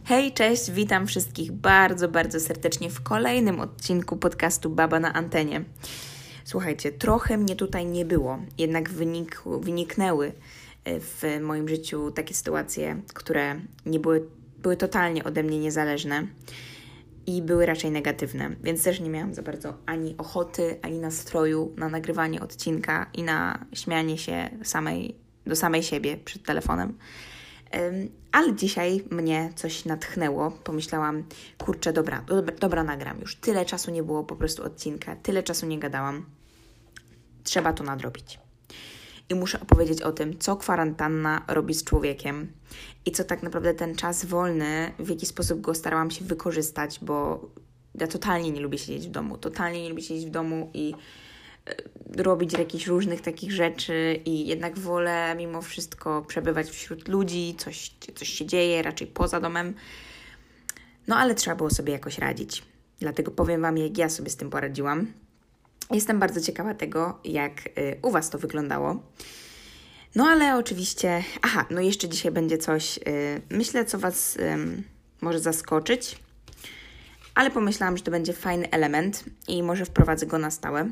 Hej, cześć, witam wszystkich bardzo, bardzo serdecznie w kolejnym odcinku podcastu Baba na antenie. Słuchajcie, trochę mnie tutaj nie było, jednak wyniknęły w moim życiu takie sytuacje, które były totalnie ode mnie niezależne i były raczej negatywne, więc też nie miałam za bardzo ani ochoty, ani nastroju na nagrywanie odcinka i na śmianie się do samej siebie przed telefonem. Ale dzisiaj mnie coś natchnęło. Pomyślałam, kurczę, dobra, nagram już. Tyle czasu nie było po prostu odcinka, tyle czasu nie gadałam. Trzeba to nadrobić. I muszę opowiedzieć o tym, co kwarantanna robi z człowiekiem i co tak naprawdę ten czas wolny, w jaki sposób go starałam się wykorzystać, bo ja totalnie nie lubię siedzieć w domu i robić jakichś różnych takich rzeczy i jednak wolę mimo wszystko przebywać wśród ludzi, coś się dzieje, raczej poza domem. No ale trzeba było sobie jakoś radzić. Dlatego powiem Wam, jak ja sobie z tym poradziłam. Jestem bardzo ciekawa tego, jak u Was to wyglądało. No ale oczywiście, jeszcze dzisiaj będzie coś, myślę, co Was może zaskoczyć, ale pomyślałam, że to będzie fajny element i może wprowadzę go na stałe.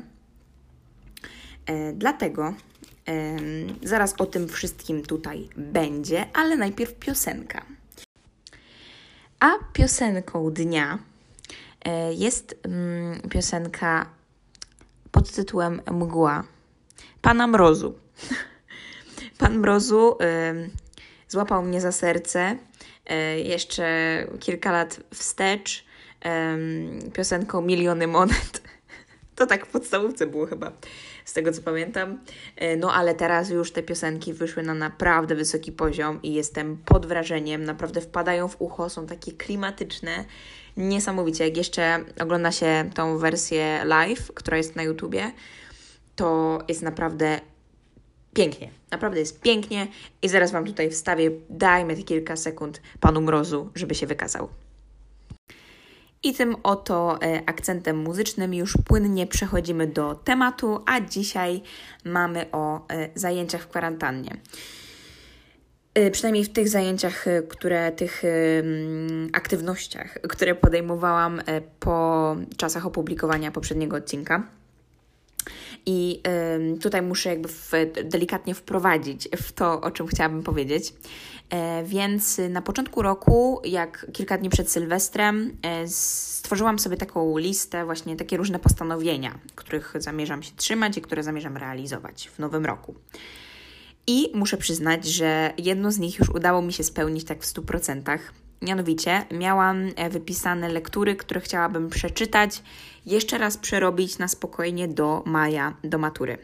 Dlatego zaraz o tym wszystkim tutaj będzie, ale najpierw piosenka. A piosenką dnia jest piosenka pod tytułem Mgła Pana Mrozu. Pan Mrozu złapał mnie za serce jeszcze kilka lat wstecz piosenką Miliony Monet. To tak w podstawówce było chyba, z tego co pamiętam. No ale teraz już te piosenki wyszły na naprawdę wysoki poziom i jestem pod wrażeniem. Naprawdę wpadają w ucho, są takie klimatyczne. Niesamowicie. Jak jeszcze ogląda się tą wersję live, która jest na YouTubie, to jest naprawdę pięknie. Naprawdę jest pięknie i zaraz Wam tutaj wstawię, dajmy te kilka sekund Panu Mrozu, żeby się wykazał. I tym oto akcentem muzycznym już płynnie przechodzimy do tematu, a dzisiaj mamy o zajęciach w kwarantannie. Przynajmniej w tych zajęciach, tych aktywnościach, które podejmowałam po czasach opublikowania poprzedniego odcinka. I tutaj muszę delikatnie wprowadzić w to, o czym chciałabym powiedzieć. Więc na początku roku, jak kilka dni przed Sylwestrem, stworzyłam sobie taką listę, właśnie takie różne postanowienia, których zamierzam się trzymać i które zamierzam realizować w nowym roku. I muszę przyznać, że jedno z nich już udało mi się spełnić tak w 100%. Mianowicie miałam wypisane lektury, które chciałabym przeczytać, jeszcze raz przerobić na spokojnie do maja, do matury.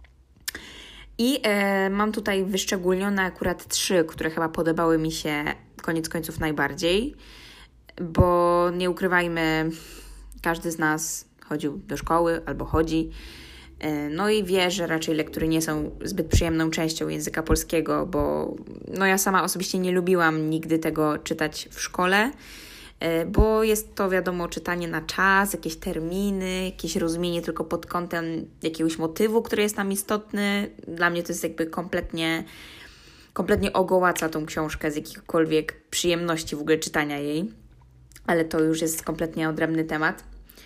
I mam tutaj wyszczególnione akurat 3, które chyba podobały mi się koniec końców najbardziej, bo nie ukrywajmy, każdy z nas chodził do szkoły albo chodzi, no i wie, że raczej lektury nie są zbyt przyjemną częścią języka polskiego, bo ja sama osobiście nie lubiłam nigdy tego czytać w szkole, bo jest to, wiadomo, czytanie na czas, jakieś terminy, jakieś rozumienie tylko pod kątem jakiegoś motywu, który jest nam istotny. Dla mnie to jest kompletnie ogołaca tą książkę z jakichkolwiek przyjemności w ogóle czytania jej, ale to już jest kompletnie odrębny temat.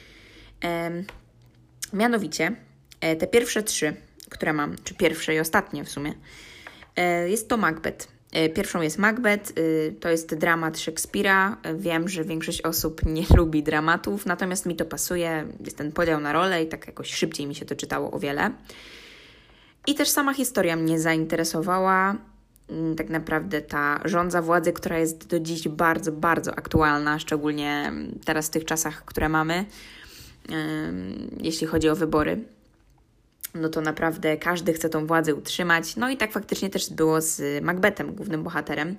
Mianowicie te pierwsze 3, które mam, czy pierwsze i ostatnie w sumie, jest to Macbeth. Pierwszą jest Macbeth, to jest dramat Szekspira. Wiem, że większość osób nie lubi dramatów, natomiast mi to pasuje, jest ten podział na role i tak jakoś szybciej mi się to czytało o wiele. I też sama historia mnie zainteresowała. Tak naprawdę ta żądza władzy, która jest do dziś bardzo, bardzo aktualna, szczególnie teraz w tych czasach, które mamy, jeśli chodzi o wybory. No to naprawdę każdy chce tą władzę utrzymać. No i tak faktycznie też było z Macbethem, głównym bohaterem.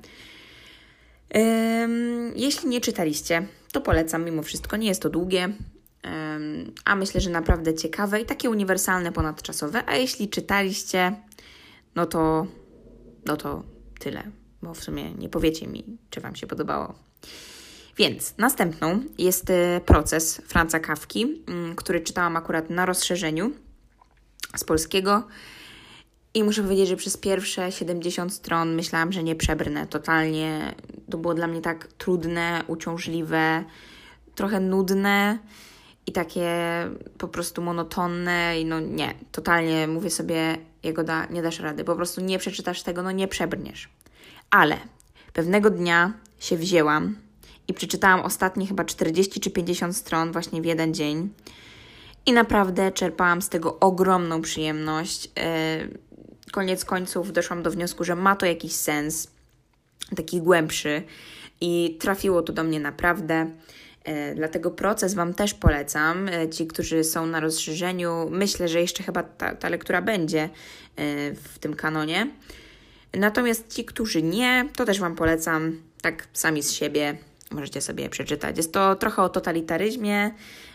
Jeśli nie czytaliście, to polecam mimo wszystko. Nie jest to długie, a myślę, że naprawdę ciekawe i takie uniwersalne, ponadczasowe. A jeśli czytaliście, no to tyle, bo w sumie nie powiecie mi, czy Wam się podobało. Więc następną jest Proces Franza Kafki, który czytałam akurat na rozszerzeniu z polskiego I muszę powiedzieć, że przez pierwsze 70 stron myślałam, że nie przebrnę. Totalnie to było dla mnie tak trudne, uciążliwe, trochę nudne i takie po prostu monotonne. I no nie, totalnie mówię sobie, Jagoda, nie dasz rady. Po prostu nie przeczytasz tego, no nie przebrniesz. Ale pewnego dnia się wzięłam i przeczytałam ostatnie chyba 40 czy 50 stron właśnie w jeden dzień. I naprawdę czerpałam z tego ogromną przyjemność. Koniec końców doszłam do wniosku, że ma to jakiś sens, taki głębszy i trafiło to do mnie naprawdę. Dlatego proces Wam też polecam. Ci, którzy są na rozszerzeniu, myślę, że jeszcze chyba ta lektura będzie w tym kanonie. Natomiast ci, którzy nie, to też Wam polecam, tak sami z siebie możecie sobie przeczytać. Jest to trochę o totalitaryzmie,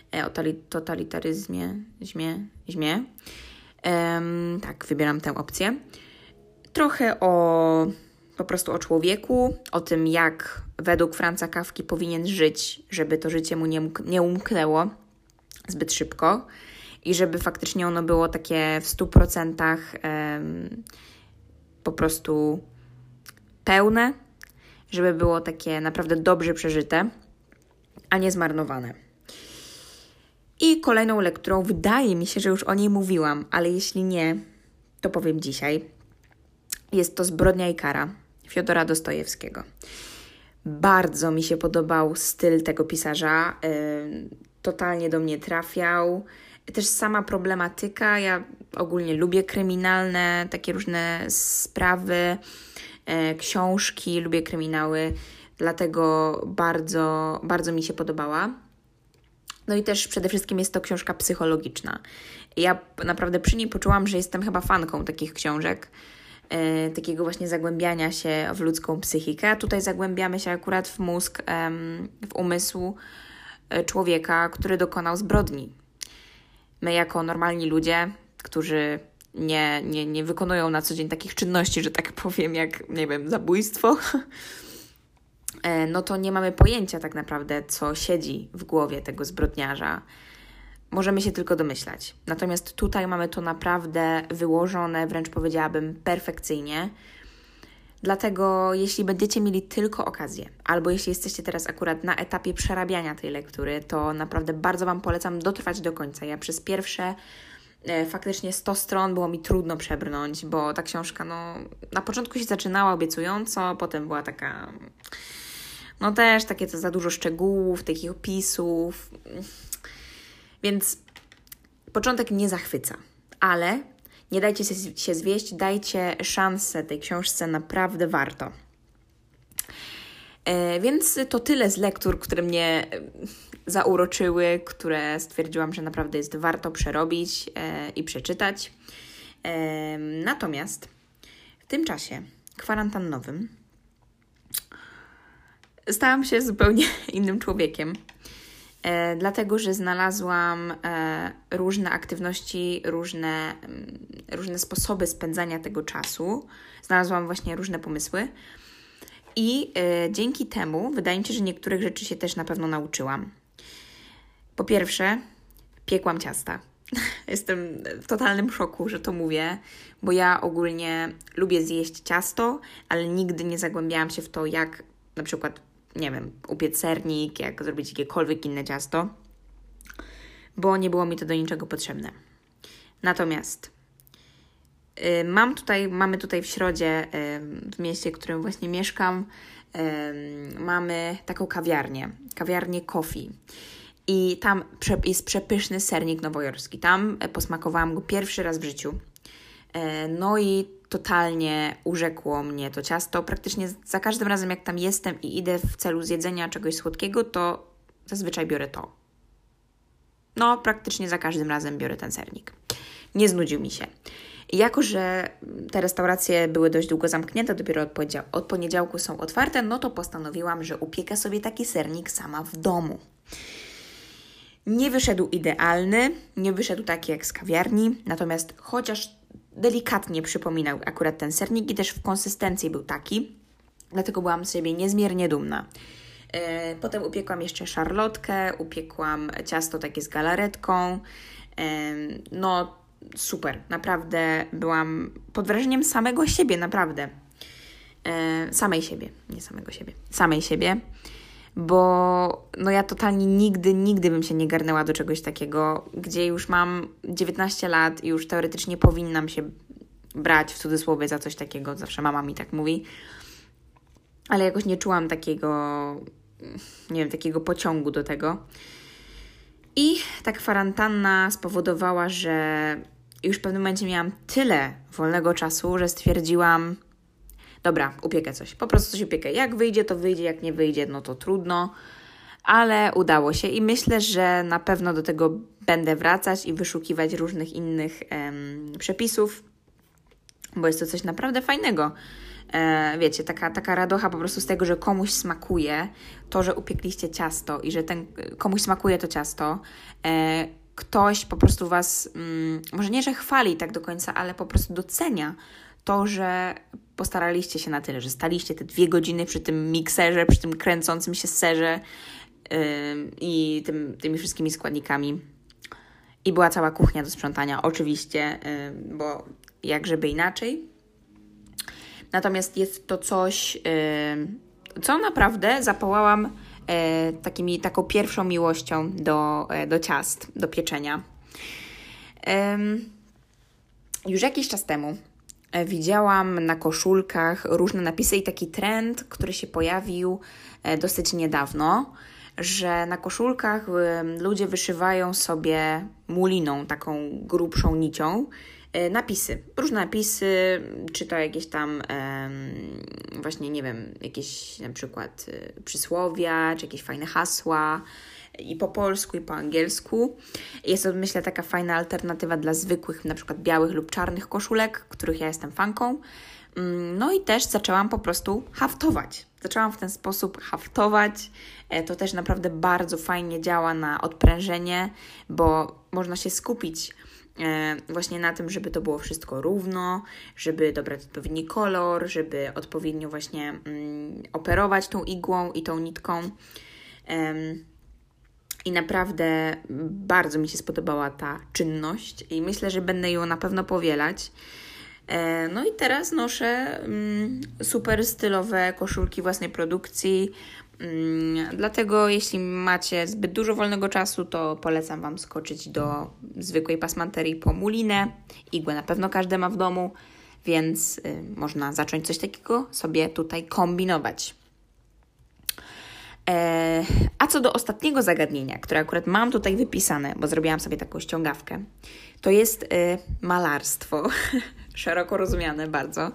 źmie. Tak, wybieram tę opcję. Trochę po prostu o człowieku, o tym, jak według Franza Kafki powinien żyć, żeby to życie mu nie umknęło zbyt szybko i żeby faktycznie ono było takie w 100% po prostu pełne, żeby było takie naprawdę dobrze przeżyte, a nie zmarnowane. I kolejną lekturą, wydaje mi się, że już o niej mówiłam, ale jeśli nie, to powiem dzisiaj. Jest to Zbrodnia i kara Fiodora Dostojewskiego. Bardzo mi się podobał styl tego pisarza, totalnie do mnie trafiał. Też sama problematyka, ja ogólnie lubię kryminalne, takie różne sprawy, książki, lubię kryminały, dlatego bardzo, bardzo mi się podobała. No i też przede wszystkim jest to książka psychologiczna. Ja naprawdę przy niej poczułam, że jestem chyba fanką takich książek, takiego właśnie zagłębiania się w ludzką psychikę. A tutaj zagłębiamy się akurat w mózg, w umysł człowieka, który dokonał zbrodni. My jako normalni ludzie, którzy nie wykonują na co dzień takich czynności, że tak powiem, jak, nie wiem, zabójstwo, no to nie mamy pojęcia tak naprawdę, co siedzi w głowie tego zbrodniarza. Możemy się tylko domyślać. Natomiast tutaj mamy to naprawdę wyłożone, wręcz powiedziałabym perfekcyjnie. Dlatego jeśli będziecie mieli tylko okazję, albo jeśli jesteście teraz akurat na etapie przerabiania tej lektury, to naprawdę bardzo Wam polecam dotrwać do końca. Ja przez pierwsze faktycznie 100 stron było mi trudno przebrnąć, bo ta książka na początku się zaczynała obiecująco, potem była taka... No też takie to za dużo szczegółów, takich opisów. Więc początek nie zachwyca, ale nie dajcie się zwieść, dajcie szansę tej książce, naprawdę warto. Więc to tyle z lektur, które mnie zauroczyły, które stwierdziłam, że naprawdę jest warto przerobić i przeczytać. Natomiast w tym czasie kwarantannowym stałam się zupełnie innym człowiekiem, dlatego że znalazłam różne aktywności, różne sposoby spędzania tego czasu. Znalazłam właśnie różne pomysły i dzięki temu wydaje mi się, że niektórych rzeczy się też na pewno nauczyłam. Po pierwsze, piekłam ciasta. Jestem w totalnym szoku, że to mówię, bo ja ogólnie lubię zjeść ciasto, ale nigdy nie zagłębiałam się w to, jak na przykład, nie wiem, upiec sernik, jak zrobić jakiekolwiek inne ciasto, bo nie było mi to do niczego potrzebne. Natomiast mamy tutaj w Środzie, w mieście, w którym właśnie mieszkam, mamy taką kawiarnię Coffee. I tam jest przepyszny sernik nowojorski. Tam posmakowałam go pierwszy raz w życiu. No i totalnie urzekło mnie to ciasto. Praktycznie za każdym razem, jak tam jestem i idę w celu zjedzenia czegoś słodkiego, to zazwyczaj biorę to. No, praktycznie za każdym razem biorę ten sernik. Nie znudził mi się. I jako że te restauracje były dość długo zamknięte, dopiero od poniedziałku są otwarte, no to postanowiłam, że upiekę sobie taki sernik sama w domu. Nie wyszedł idealny, nie wyszedł taki jak z kawiarni, natomiast chociaż delikatnie przypominał akurat ten sernik i też w konsystencji był taki, dlatego byłam z siebie niezmiernie dumna. Potem upiekłam jeszcze szarlotkę, upiekłam ciasto takie z galaretką. No super, naprawdę byłam pod wrażeniem samego siebie, naprawdę. Samej siebie, nie samego siebie, samej siebie, bo no ja totalnie nigdy bym się nie garnęła do czegoś takiego, gdzie już mam 19 lat i już teoretycznie powinnam się brać w cudzysłowie za coś takiego, zawsze mama mi tak mówi, ale jakoś nie czułam takiego, nie wiem, takiego pociągu do tego. I ta kwarantanna spowodowała, że już w pewnym momencie miałam tyle wolnego czasu, że stwierdziłam, dobra, upiekę coś, po prostu coś upiekę. Jak wyjdzie, to wyjdzie, jak nie wyjdzie, no to trudno, ale udało się i myślę, że na pewno do tego będę wracać i wyszukiwać różnych innych przepisów, bo jest to coś naprawdę fajnego. Wiecie, taka radocha po prostu z tego, że komuś smakuje to, że upiekliście ciasto i że komuś smakuje to ciasto. Ktoś po prostu Was, może nie, że chwali tak do końca, ale po prostu docenia to, że postaraliście się na tyle, że staliście te 2 godziny przy tym mikserze, przy tym kręcącym się serze i tymi wszystkimi składnikami. I była cała kuchnia do sprzątania, oczywiście, bo jak żeby inaczej. Natomiast jest to coś, co naprawdę zapałałam taką pierwszą miłością do ciast, do pieczenia. Już jakiś czas temu widziałam na koszulkach różne napisy i taki trend, który się pojawił dosyć niedawno, że na koszulkach ludzie wyszywają sobie muliną, taką grubszą nicią, napisy, różne napisy, czy to jakieś tam właśnie, nie wiem, jakieś na przykład przysłowia, czy jakieś fajne hasła i po polsku, i po angielsku. Jest to, myślę, taka fajna alternatywa dla zwykłych, na przykład białych lub czarnych koszulek, których ja jestem fanką. No i też zaczęłam po prostu haftować. Zaczęłam w ten sposób haftować. To też naprawdę bardzo fajnie działa na odprężenie, bo można się skupić właśnie na tym, żeby to było wszystko równo, żeby dobrać odpowiedni kolor, żeby odpowiednio właśnie operować tą igłą i tą nitką. I naprawdę bardzo mi się spodobała ta czynność i myślę, że będę ją na pewno powielać. No i teraz noszę super stylowe koszulki własnej produkcji. Dlatego jeśli macie zbyt dużo wolnego czasu, to polecam Wam skoczyć do zwykłej pasmanterii po mulinę. Igłę na pewno każdy ma w domu, więc można zacząć coś takiego sobie tutaj kombinować. A co do ostatniego zagadnienia, które akurat mam tutaj wypisane, bo zrobiłam sobie taką ściągawkę, to jest malarstwo, szeroko rozumiane bardzo.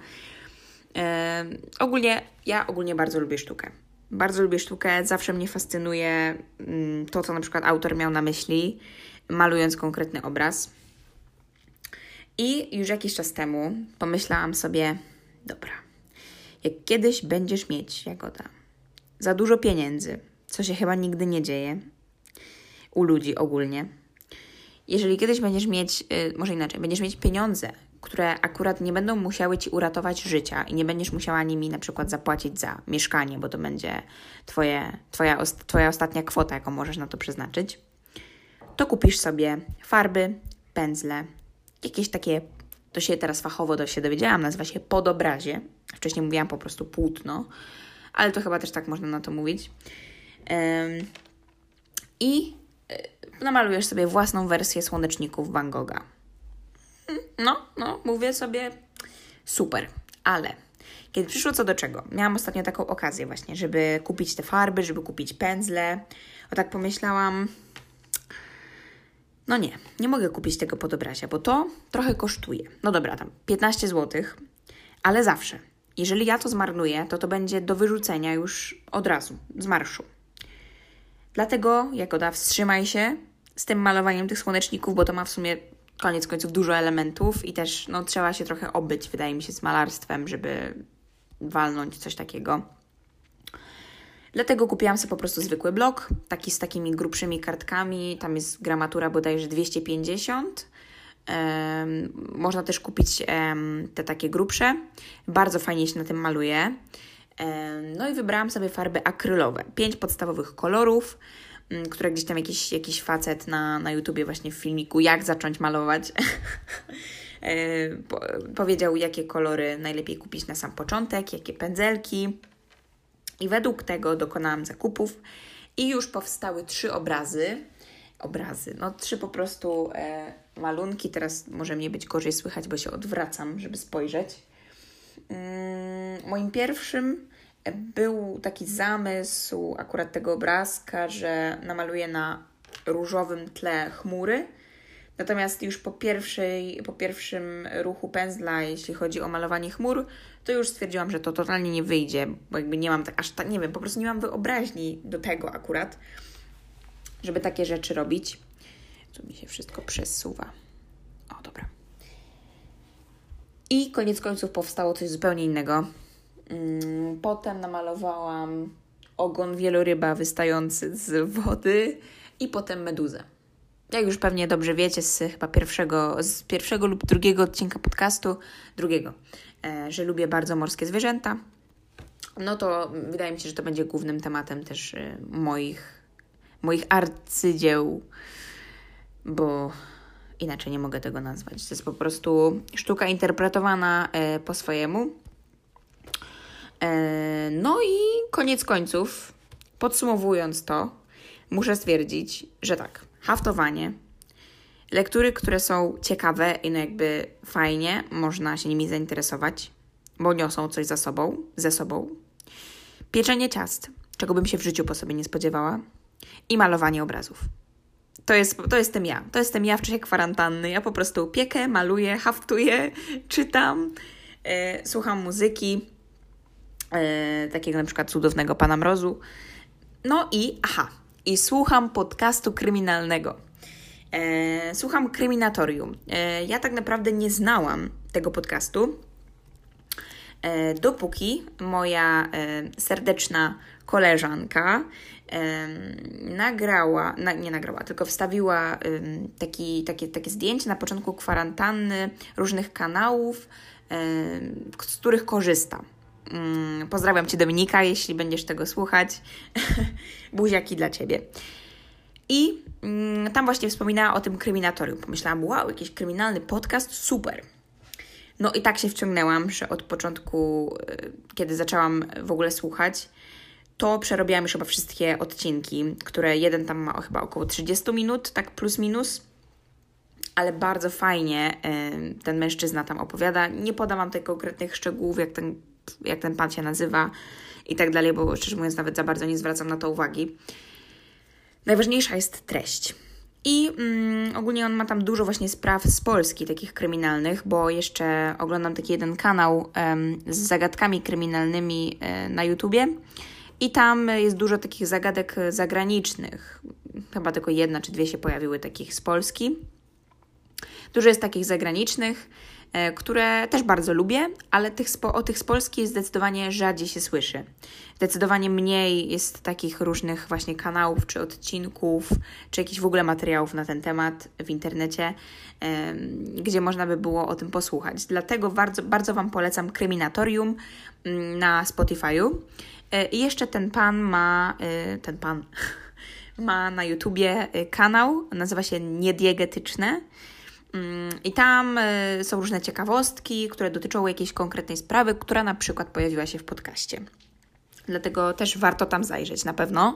Ja ogólnie bardzo lubię sztukę. Bardzo lubię sztukę, zawsze mnie fascynuje to, co na przykład autor miał na myśli, malując konkretny obraz. I już jakiś czas temu pomyślałam sobie, dobra, jak kiedyś będziesz mieć, Jagoda, za dużo pieniędzy, co się chyba nigdy nie dzieje u ludzi ogólnie. Jeżeli kiedyś będziesz mieć, może inaczej, będziesz mieć pieniądze, które akurat nie będą musiały Ci uratować życia i nie będziesz musiała nimi na przykład zapłacić za mieszkanie, bo to będzie Twoja ostatnia kwota, jaką możesz na to przeznaczyć, to kupisz sobie farby, pędzle, jakieś takie, to się teraz fachowo dowiedziałam, nazywa się podobrazie. Wcześniej mówiłam po prostu płótno, ale to chyba też tak można na to mówić. I namalujesz sobie własną wersję słoneczników Van Gogha. No, mówię sobie super, ale kiedy przyszło co do czego, miałam ostatnio taką okazję właśnie, żeby kupić te farby, żeby kupić pędzle, tak pomyślałam, no nie mogę kupić tego podobrazia, bo to trochę kosztuje. No dobra, tam 15 zł, ale zawsze, jeżeli ja to zmarnuję, to będzie do wyrzucenia już od razu, z marszu. Dlatego, Jagoda, wstrzymaj się z tym malowaniem tych słoneczników, bo to ma w sumie koniec końców dużo elementów i też trzeba się trochę obyć, wydaje mi się, z malarstwem, żeby walnąć coś takiego. Dlatego kupiłam sobie po prostu zwykły blok, taki z takimi grubszymi kartkami, tam jest gramatura bodajże 250. Można też kupić te takie grubsze. Bardzo fajnie się na tym maluje. No i wybrałam sobie farby akrylowe. 5 podstawowych kolorów. które gdzieś tam jakiś facet na YouTubie właśnie w filmiku jak zacząć malować powiedział, jakie kolory najlepiej kupić na sam początek, jakie pędzelki. I według tego dokonałam zakupów i już powstały 3 obrazy, 3 po prostu malunki. Teraz może mnie być gorzej słychać, bo się odwracam, żeby spojrzeć. Moim pierwszym był taki zamysł akurat tego obrazka, że namaluję na różowym tle chmury. Natomiast już po pierwszym ruchu pędzla, jeśli chodzi o malowanie chmur, to już stwierdziłam, że to totalnie nie wyjdzie, bo jakby nie mam nie wiem, po prostu nie mam wyobraźni do tego akurat, żeby takie rzeczy robić. Tu mi się wszystko przesuwa. O, dobra. I koniec końców powstało coś zupełnie innego. Potem namalowałam ogon wieloryba wystający z wody i potem meduzę. Jak już pewnie dobrze wiecie z chyba pierwszego lub drugiego odcinka podcastu, że lubię bardzo morskie zwierzęta, no to wydaje mi się, że to będzie głównym tematem też moich arcydzieł, bo inaczej nie mogę tego nazwać. To jest po prostu sztuka interpretowana po swojemu. No i koniec końców, podsumowując to, muszę stwierdzić, że tak, haftowanie, lektury, które są ciekawe i no jakby fajnie, można się nimi zainteresować, bo niosą coś ze sobą, pieczenie ciast, czego bym się w życiu po sobie nie spodziewała, i malowanie obrazów. To jestem ja w czasie kwarantanny. Ja po prostu piekę, maluję, haftuję, czytam, słucham muzyki, takiego na przykład Cudownego Pana Mrozu. No i słucham podcastu kryminalnego. Słucham Kryminatorium. Ja tak naprawdę nie znałam tego podcastu, dopóki moja serdeczna koleżanka tylko wstawiła takie zdjęcie na początku kwarantanny różnych kanałów, z których korzysta. Pozdrawiam Cię, Dominika, jeśli będziesz tego słuchać. Buziaki dla Ciebie. I tam właśnie wspominała o tym Kryminatorium. Pomyślałam, wow, jakiś kryminalny podcast, super. No i tak się wciągnęłam, że od początku, kiedy zaczęłam w ogóle słuchać, to przerobiłam już chyba wszystkie odcinki, które jeden tam ma chyba około 30 minut, tak plus minus. Ale bardzo fajnie ten mężczyzna tam opowiada. Nie podam Wam tutaj konkretnych szczegółów, jak ten pan się nazywa i tak dalej, bo szczerze mówiąc nawet za bardzo nie zwracam na to uwagi. Najważniejsza jest treść. I ogólnie on ma tam dużo właśnie spraw z Polski, takich kryminalnych, bo jeszcze oglądam taki jeden kanał z zagadkami kryminalnymi na YouTubie i tam jest dużo takich zagadek zagranicznych. Chyba tylko 1 czy 2 się pojawiły takich z Polski. Dużo jest takich zagranicznych, które też bardzo lubię, ale o tych z Polski zdecydowanie rzadziej się słyszy. Zdecydowanie mniej jest takich różnych właśnie kanałów, czy odcinków, czy jakichś w ogóle materiałów na ten temat w internecie, gdzie można by było o tym posłuchać. Dlatego bardzo, bardzo Wam polecam Kryminatorium na Spotify'u. I jeszcze ten pan ma na YouTubie kanał, nazywa się Niediegetyczne. I tam są różne ciekawostki, które dotyczą jakiejś konkretnej sprawy, która na przykład pojawiła się w podcaście. Dlatego też warto tam zajrzeć na pewno.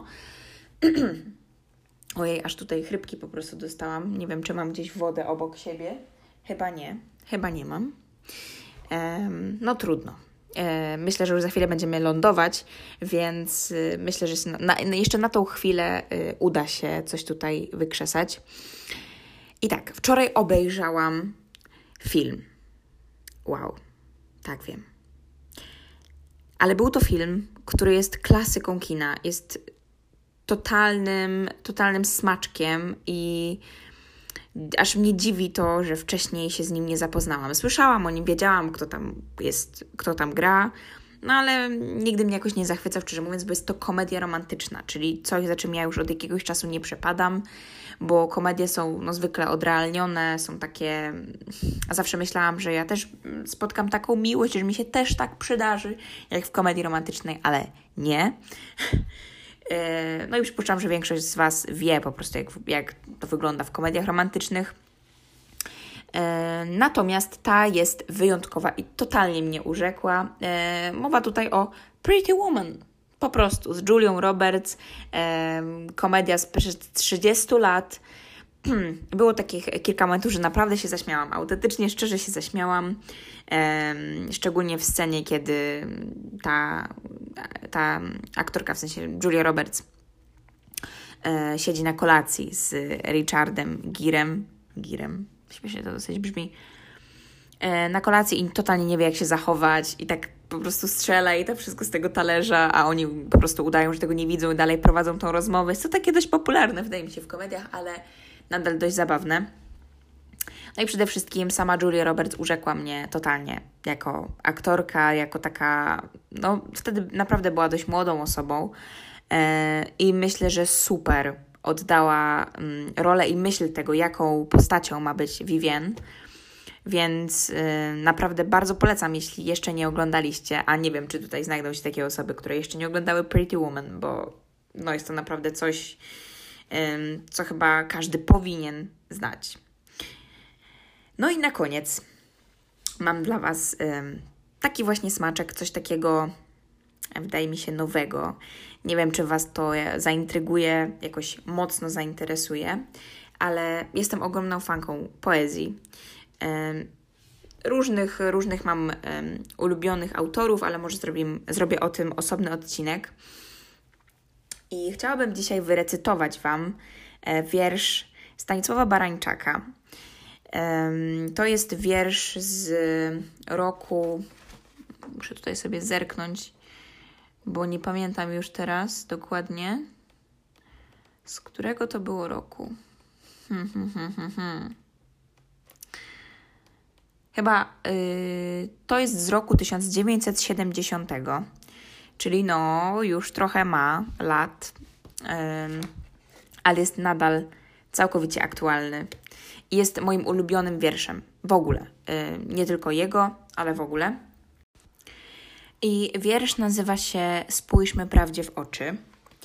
Ojej, aż tutaj chrypki po prostu dostałam. Nie wiem, czy mam gdzieś wodę obok siebie. Chyba nie mam. No trudno. Myślę, że już za chwilę będziemy lądować, więc myślę, że jeszcze na tą chwilę uda się coś tutaj wykrzesać. I tak, wczoraj obejrzałam film. Wow, tak wiem. Ale był to film, który jest klasyką kina, jest totalnym smaczkiem i aż mnie dziwi to, że wcześniej się z nim nie zapoznałam. Słyszałam o nim, wiedziałam, kto tam jest, kto tam gra, no ale nigdy mnie jakoś nie zachwycał, szczerze mówiąc, bo jest to komedia romantyczna, czyli coś, za czym ja już od jakiegoś czasu nie przepadam, bo komedie są zwykle odrealnione, są takie... A zawsze myślałam, że ja też spotkam taką miłość, że mi się też tak przydarzy, jak w komedii romantycznej, ale nie. No i przypuszczam, że większość z Was wie po prostu, jak to wygląda w komediach romantycznych. Natomiast ta jest wyjątkowa i totalnie mnie urzekła. Mowa tutaj o Pretty Woman. Po prostu z Julią Roberts. Komedia sprzed 30 lat. Było takich kilka momentów, że naprawdę się zaśmiałam. Autentycznie, szczerze się zaśmiałam. Szczególnie w scenie, kiedy ta aktorka, w sensie Julia Roberts, siedzi na kolacji z Richardem Girem. Śmiesznie to dosyć brzmi. Na kolacji i totalnie nie wie, jak się zachować i tak po prostu strzela i to wszystko z tego talerza, a oni po prostu udają, że tego nie widzą i dalej prowadzą tą rozmowę. Jest to takie dość popularne, wydaje mi się, w komediach, ale nadal dość zabawne. No i przede wszystkim sama Julia Roberts urzekła mnie totalnie jako aktorka, jako taka, no wtedy naprawdę była dość młodą osobą i myślę, że super oddała rolę i myśl tego, jaką postacią ma być Vivienne. Więc naprawdę bardzo polecam, jeśli jeszcze nie oglądaliście, a nie wiem, czy tutaj znajdą się takie osoby, które jeszcze nie oglądały Pretty Woman, bo no jest to naprawdę coś, co chyba każdy powinien znać. No i na koniec mam dla Was taki właśnie smaczek, coś takiego, wydaje mi się, nowego. Nie wiem, czy Was to zaintryguje, jakoś mocno zainteresuje, ale jestem ogromną fanką poezji. Różnych mam ulubionych autorów, ale może zrobię o tym osobny odcinek. I chciałabym dzisiaj wyrecytować Wam wiersz Stanisława Barańczaka. To jest wiersz z roku, muszę tutaj sobie zerknąć, bo nie pamiętam już teraz dokładnie, z którego to było roku. Chyba to jest z roku 1970, czyli no już trochę ma lat, ale jest nadal całkowicie aktualny. I jest moim ulubionym wierszem w ogóle. Nie tylko jego, ale w ogóle. I wiersz nazywa się Spójrzmy prawdzie w oczy.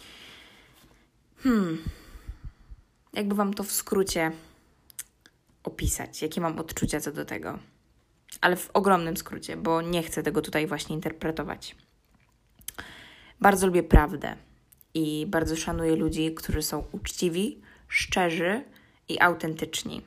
Jakby Wam to w skrócie opisać, jakie mam odczucia co do tego. Ale w ogromnym skrócie, bo nie chcę tego tutaj właśnie interpretować. Bardzo lubię prawdę i bardzo szanuję ludzi, którzy są uczciwi, szczerzy i autentyczni.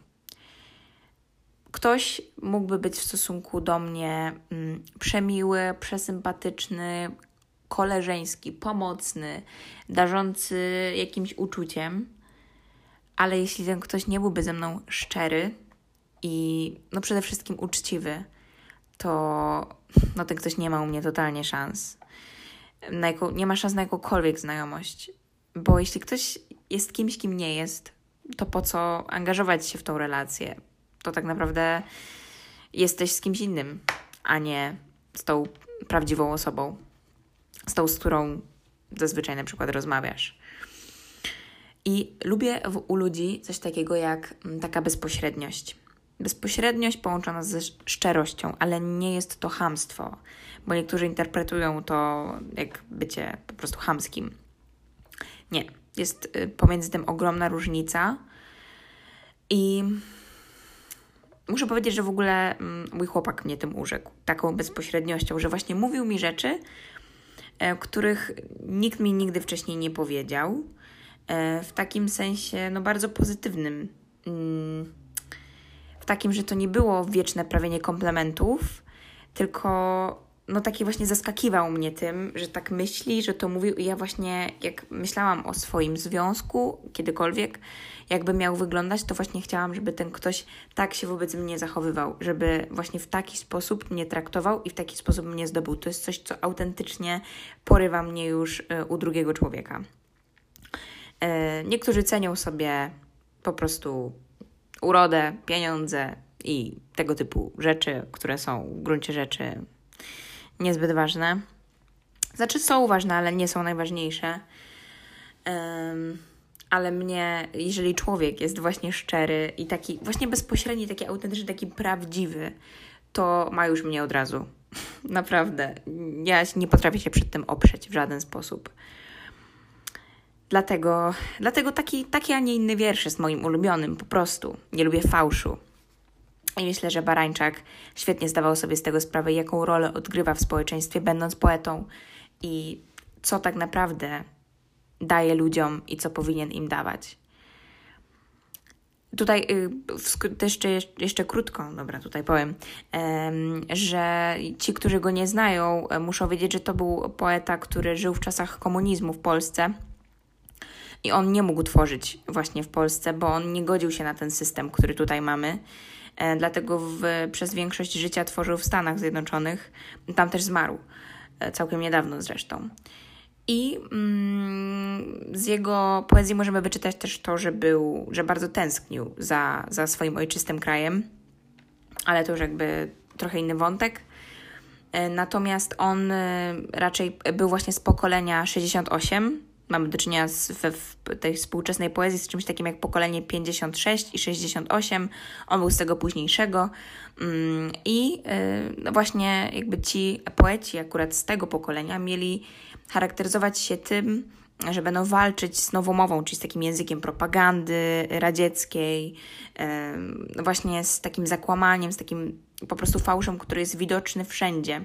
Ktoś mógłby być w stosunku do mnie przemiły, przesympatyczny, koleżeński, pomocny, darzący jakimś uczuciem, ale jeśli ten ktoś nie byłby ze mną szczery i no przede wszystkim uczciwy, to no ten ktoś nie ma u mnie totalnie szans. Nie ma szans na jakąkolwiek znajomość, bo jeśli ktoś jest kimś, kim nie jest, to po co angażować się w tą relację? To tak naprawdę jesteś z kimś innym, a nie z tą prawdziwą osobą, z tą, z którą zazwyczaj na przykład rozmawiasz. I lubię u ludzi coś takiego jak taka bezpośredniość. Bezpośredniość połączona ze szczerością, ale nie jest to chamstwo, bo niektórzy interpretują to jak bycie po prostu chamskim. Nie, jest pomiędzy tym ogromna różnica i muszę powiedzieć, że w ogóle mój chłopak mnie tym urzekł, taką bezpośredniością, że właśnie mówił mi rzeczy, których nikt mi nigdy wcześniej nie powiedział, w takim sensie no bardzo pozytywnym, w takim, że to nie było wieczne prawienie komplementów, tylko no taki właśnie zaskakiwał mnie tym, że tak myśli, że to mówił i ja właśnie jak myślałam o swoim związku kiedykolwiek, jakby miał wyglądać, to właśnie chciałam, żeby ten ktoś tak się wobec mnie zachowywał, żeby właśnie w taki sposób mnie traktował i w taki sposób mnie zdobył. To jest coś, co autentycznie porywa mnie już u drugiego człowieka. Niektórzy cenią sobie po prostu urodę, pieniądze i tego typu rzeczy, które są w gruncie rzeczy niezbyt ważne. Znaczy są ważne, ale nie są najważniejsze. Ale mnie, jeżeli człowiek jest właśnie szczery i taki właśnie bezpośredni, taki autentyczny, taki prawdziwy, to ma już mnie od razu. Naprawdę. Ja nie potrafię się przed tym oprzeć w żaden sposób. Dlatego taki, a nie inny wiersz jest moim ulubionym, po prostu. Nie lubię fałszu. I myślę, że Barańczak świetnie zdawał sobie z tego sprawę, jaką rolę odgrywa w społeczeństwie, będąc poetą i co tak naprawdę daje ludziom i co powinien im dawać. Tutaj jeszcze krótko, tutaj powiem, że ci, którzy go nie znają, muszą wiedzieć, że to był poeta, który żył w czasach komunizmu w Polsce i on nie mógł tworzyć właśnie w Polsce, bo on nie godził się na ten system, który tutaj mamy. Dlatego przez większość życia tworzył w Stanach Zjednoczonych. Tam też zmarł, całkiem niedawno zresztą. I z jego poezji możemy wyczytać też to, że bardzo tęsknił za swoim ojczystym krajem, ale to już jakby trochę inny wątek. Natomiast on raczej był właśnie z pokolenia 68. Mamy do czynienia w tej współczesnej poezji z czymś takim jak pokolenie 56 i 68. On był z tego późniejszego. I właśnie jakby ci poeci akurat z tego pokolenia mieli charakteryzować się tym, że będą walczyć z nowomową, czyli z takim językiem propagandy radzieckiej, właśnie z takim zakłamaniem, z takim po prostu fałszem, który jest widoczny wszędzie.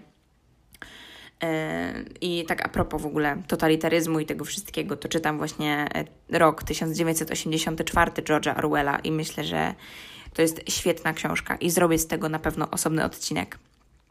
I tak a propos w ogóle totalitaryzmu i tego wszystkiego, to czytam właśnie rok 1984 George'a Orwella i myślę, że to jest świetna książka i zrobię z tego na pewno osobny odcinek.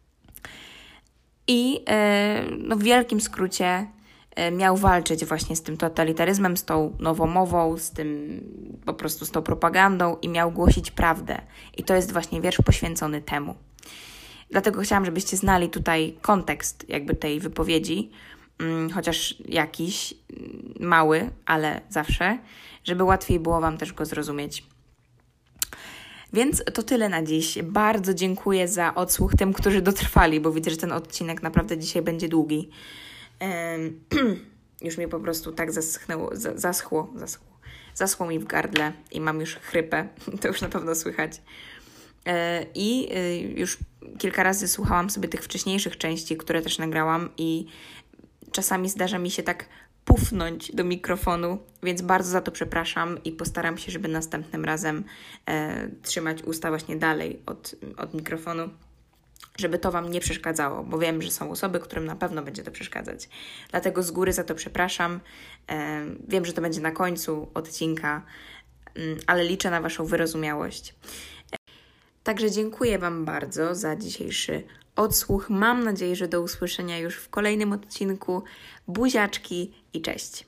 I w wielkim skrócie miał walczyć właśnie z tym totalitaryzmem, z tą nowomową, z tym po prostu z tą propagandą i miał głosić prawdę. I to jest właśnie wiersz poświęcony temu. Dlatego chciałam, żebyście znali tutaj kontekst jakby tej wypowiedzi, chociaż jakiś, mały, ale zawsze, żeby łatwiej było Wam też go zrozumieć. Więc to tyle na dziś. Bardzo dziękuję za odsłuch tym, którzy dotrwali, bo widzę, że ten odcinek naprawdę dzisiaj będzie długi. Już mnie po prostu tak zaschło mi w gardle i mam już chrypę. To już na pewno słychać. I już kilka razy słuchałam sobie tych wcześniejszych części, które też nagrałam i czasami zdarza mi się tak pufnąć do mikrofonu, więc bardzo za to przepraszam i postaram się, żeby następnym razem trzymać usta właśnie dalej od mikrofonu, żeby to Wam nie przeszkadzało, bo wiem, że są osoby, którym na pewno będzie to przeszkadzać. Dlatego z góry za to przepraszam. Wiem, że to będzie na końcu odcinka, ale liczę na Waszą wyrozumiałość. Także dziękuję Wam bardzo za dzisiejszy odsłuch. Mam nadzieję, że do usłyszenia już w kolejnym odcinku. Buziaczki i cześć!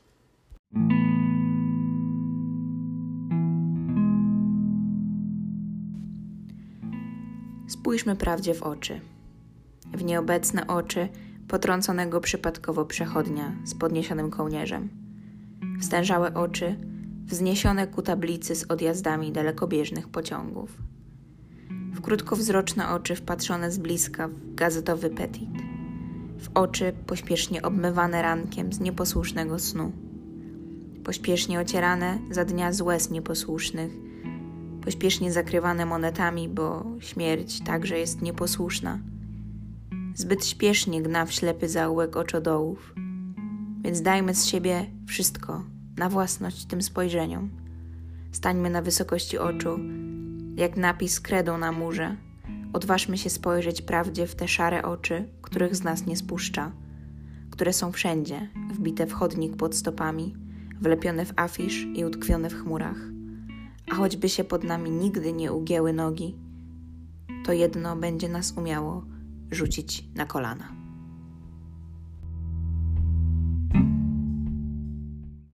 Spójrzmy prawdzie w oczy. W nieobecne oczy potrąconego przypadkowo przechodnia z podniesionym kołnierzem. Wstężałe oczy wzniesione ku tablicy z odjazdami dalekobieżnych pociągów. W krótkowzroczne oczy wpatrzone z bliska w gazetowy petit. W oczy pośpiesznie obmywane rankiem z nieposłusznego snu. Pośpiesznie ocierane za dnia z łez nieposłusznych. Pośpiesznie zakrywane monetami, bo śmierć także jest nieposłuszna. Zbyt śpiesznie gna w ślepy zaułek oczodołów. Więc dajmy z siebie wszystko na własność tym spojrzeniom. Stańmy na wysokości oczu, jak napis kredą na murze. Odważmy się spojrzeć prawdzie w te szare oczy, których z nas nie spuszcza, które są wszędzie, wbite w chodnik pod stopami, wlepione w afisz i utkwione w chmurach. A choćby się pod nami nigdy nie ugięły nogi, to jedno będzie nas umiało rzucić na kolana.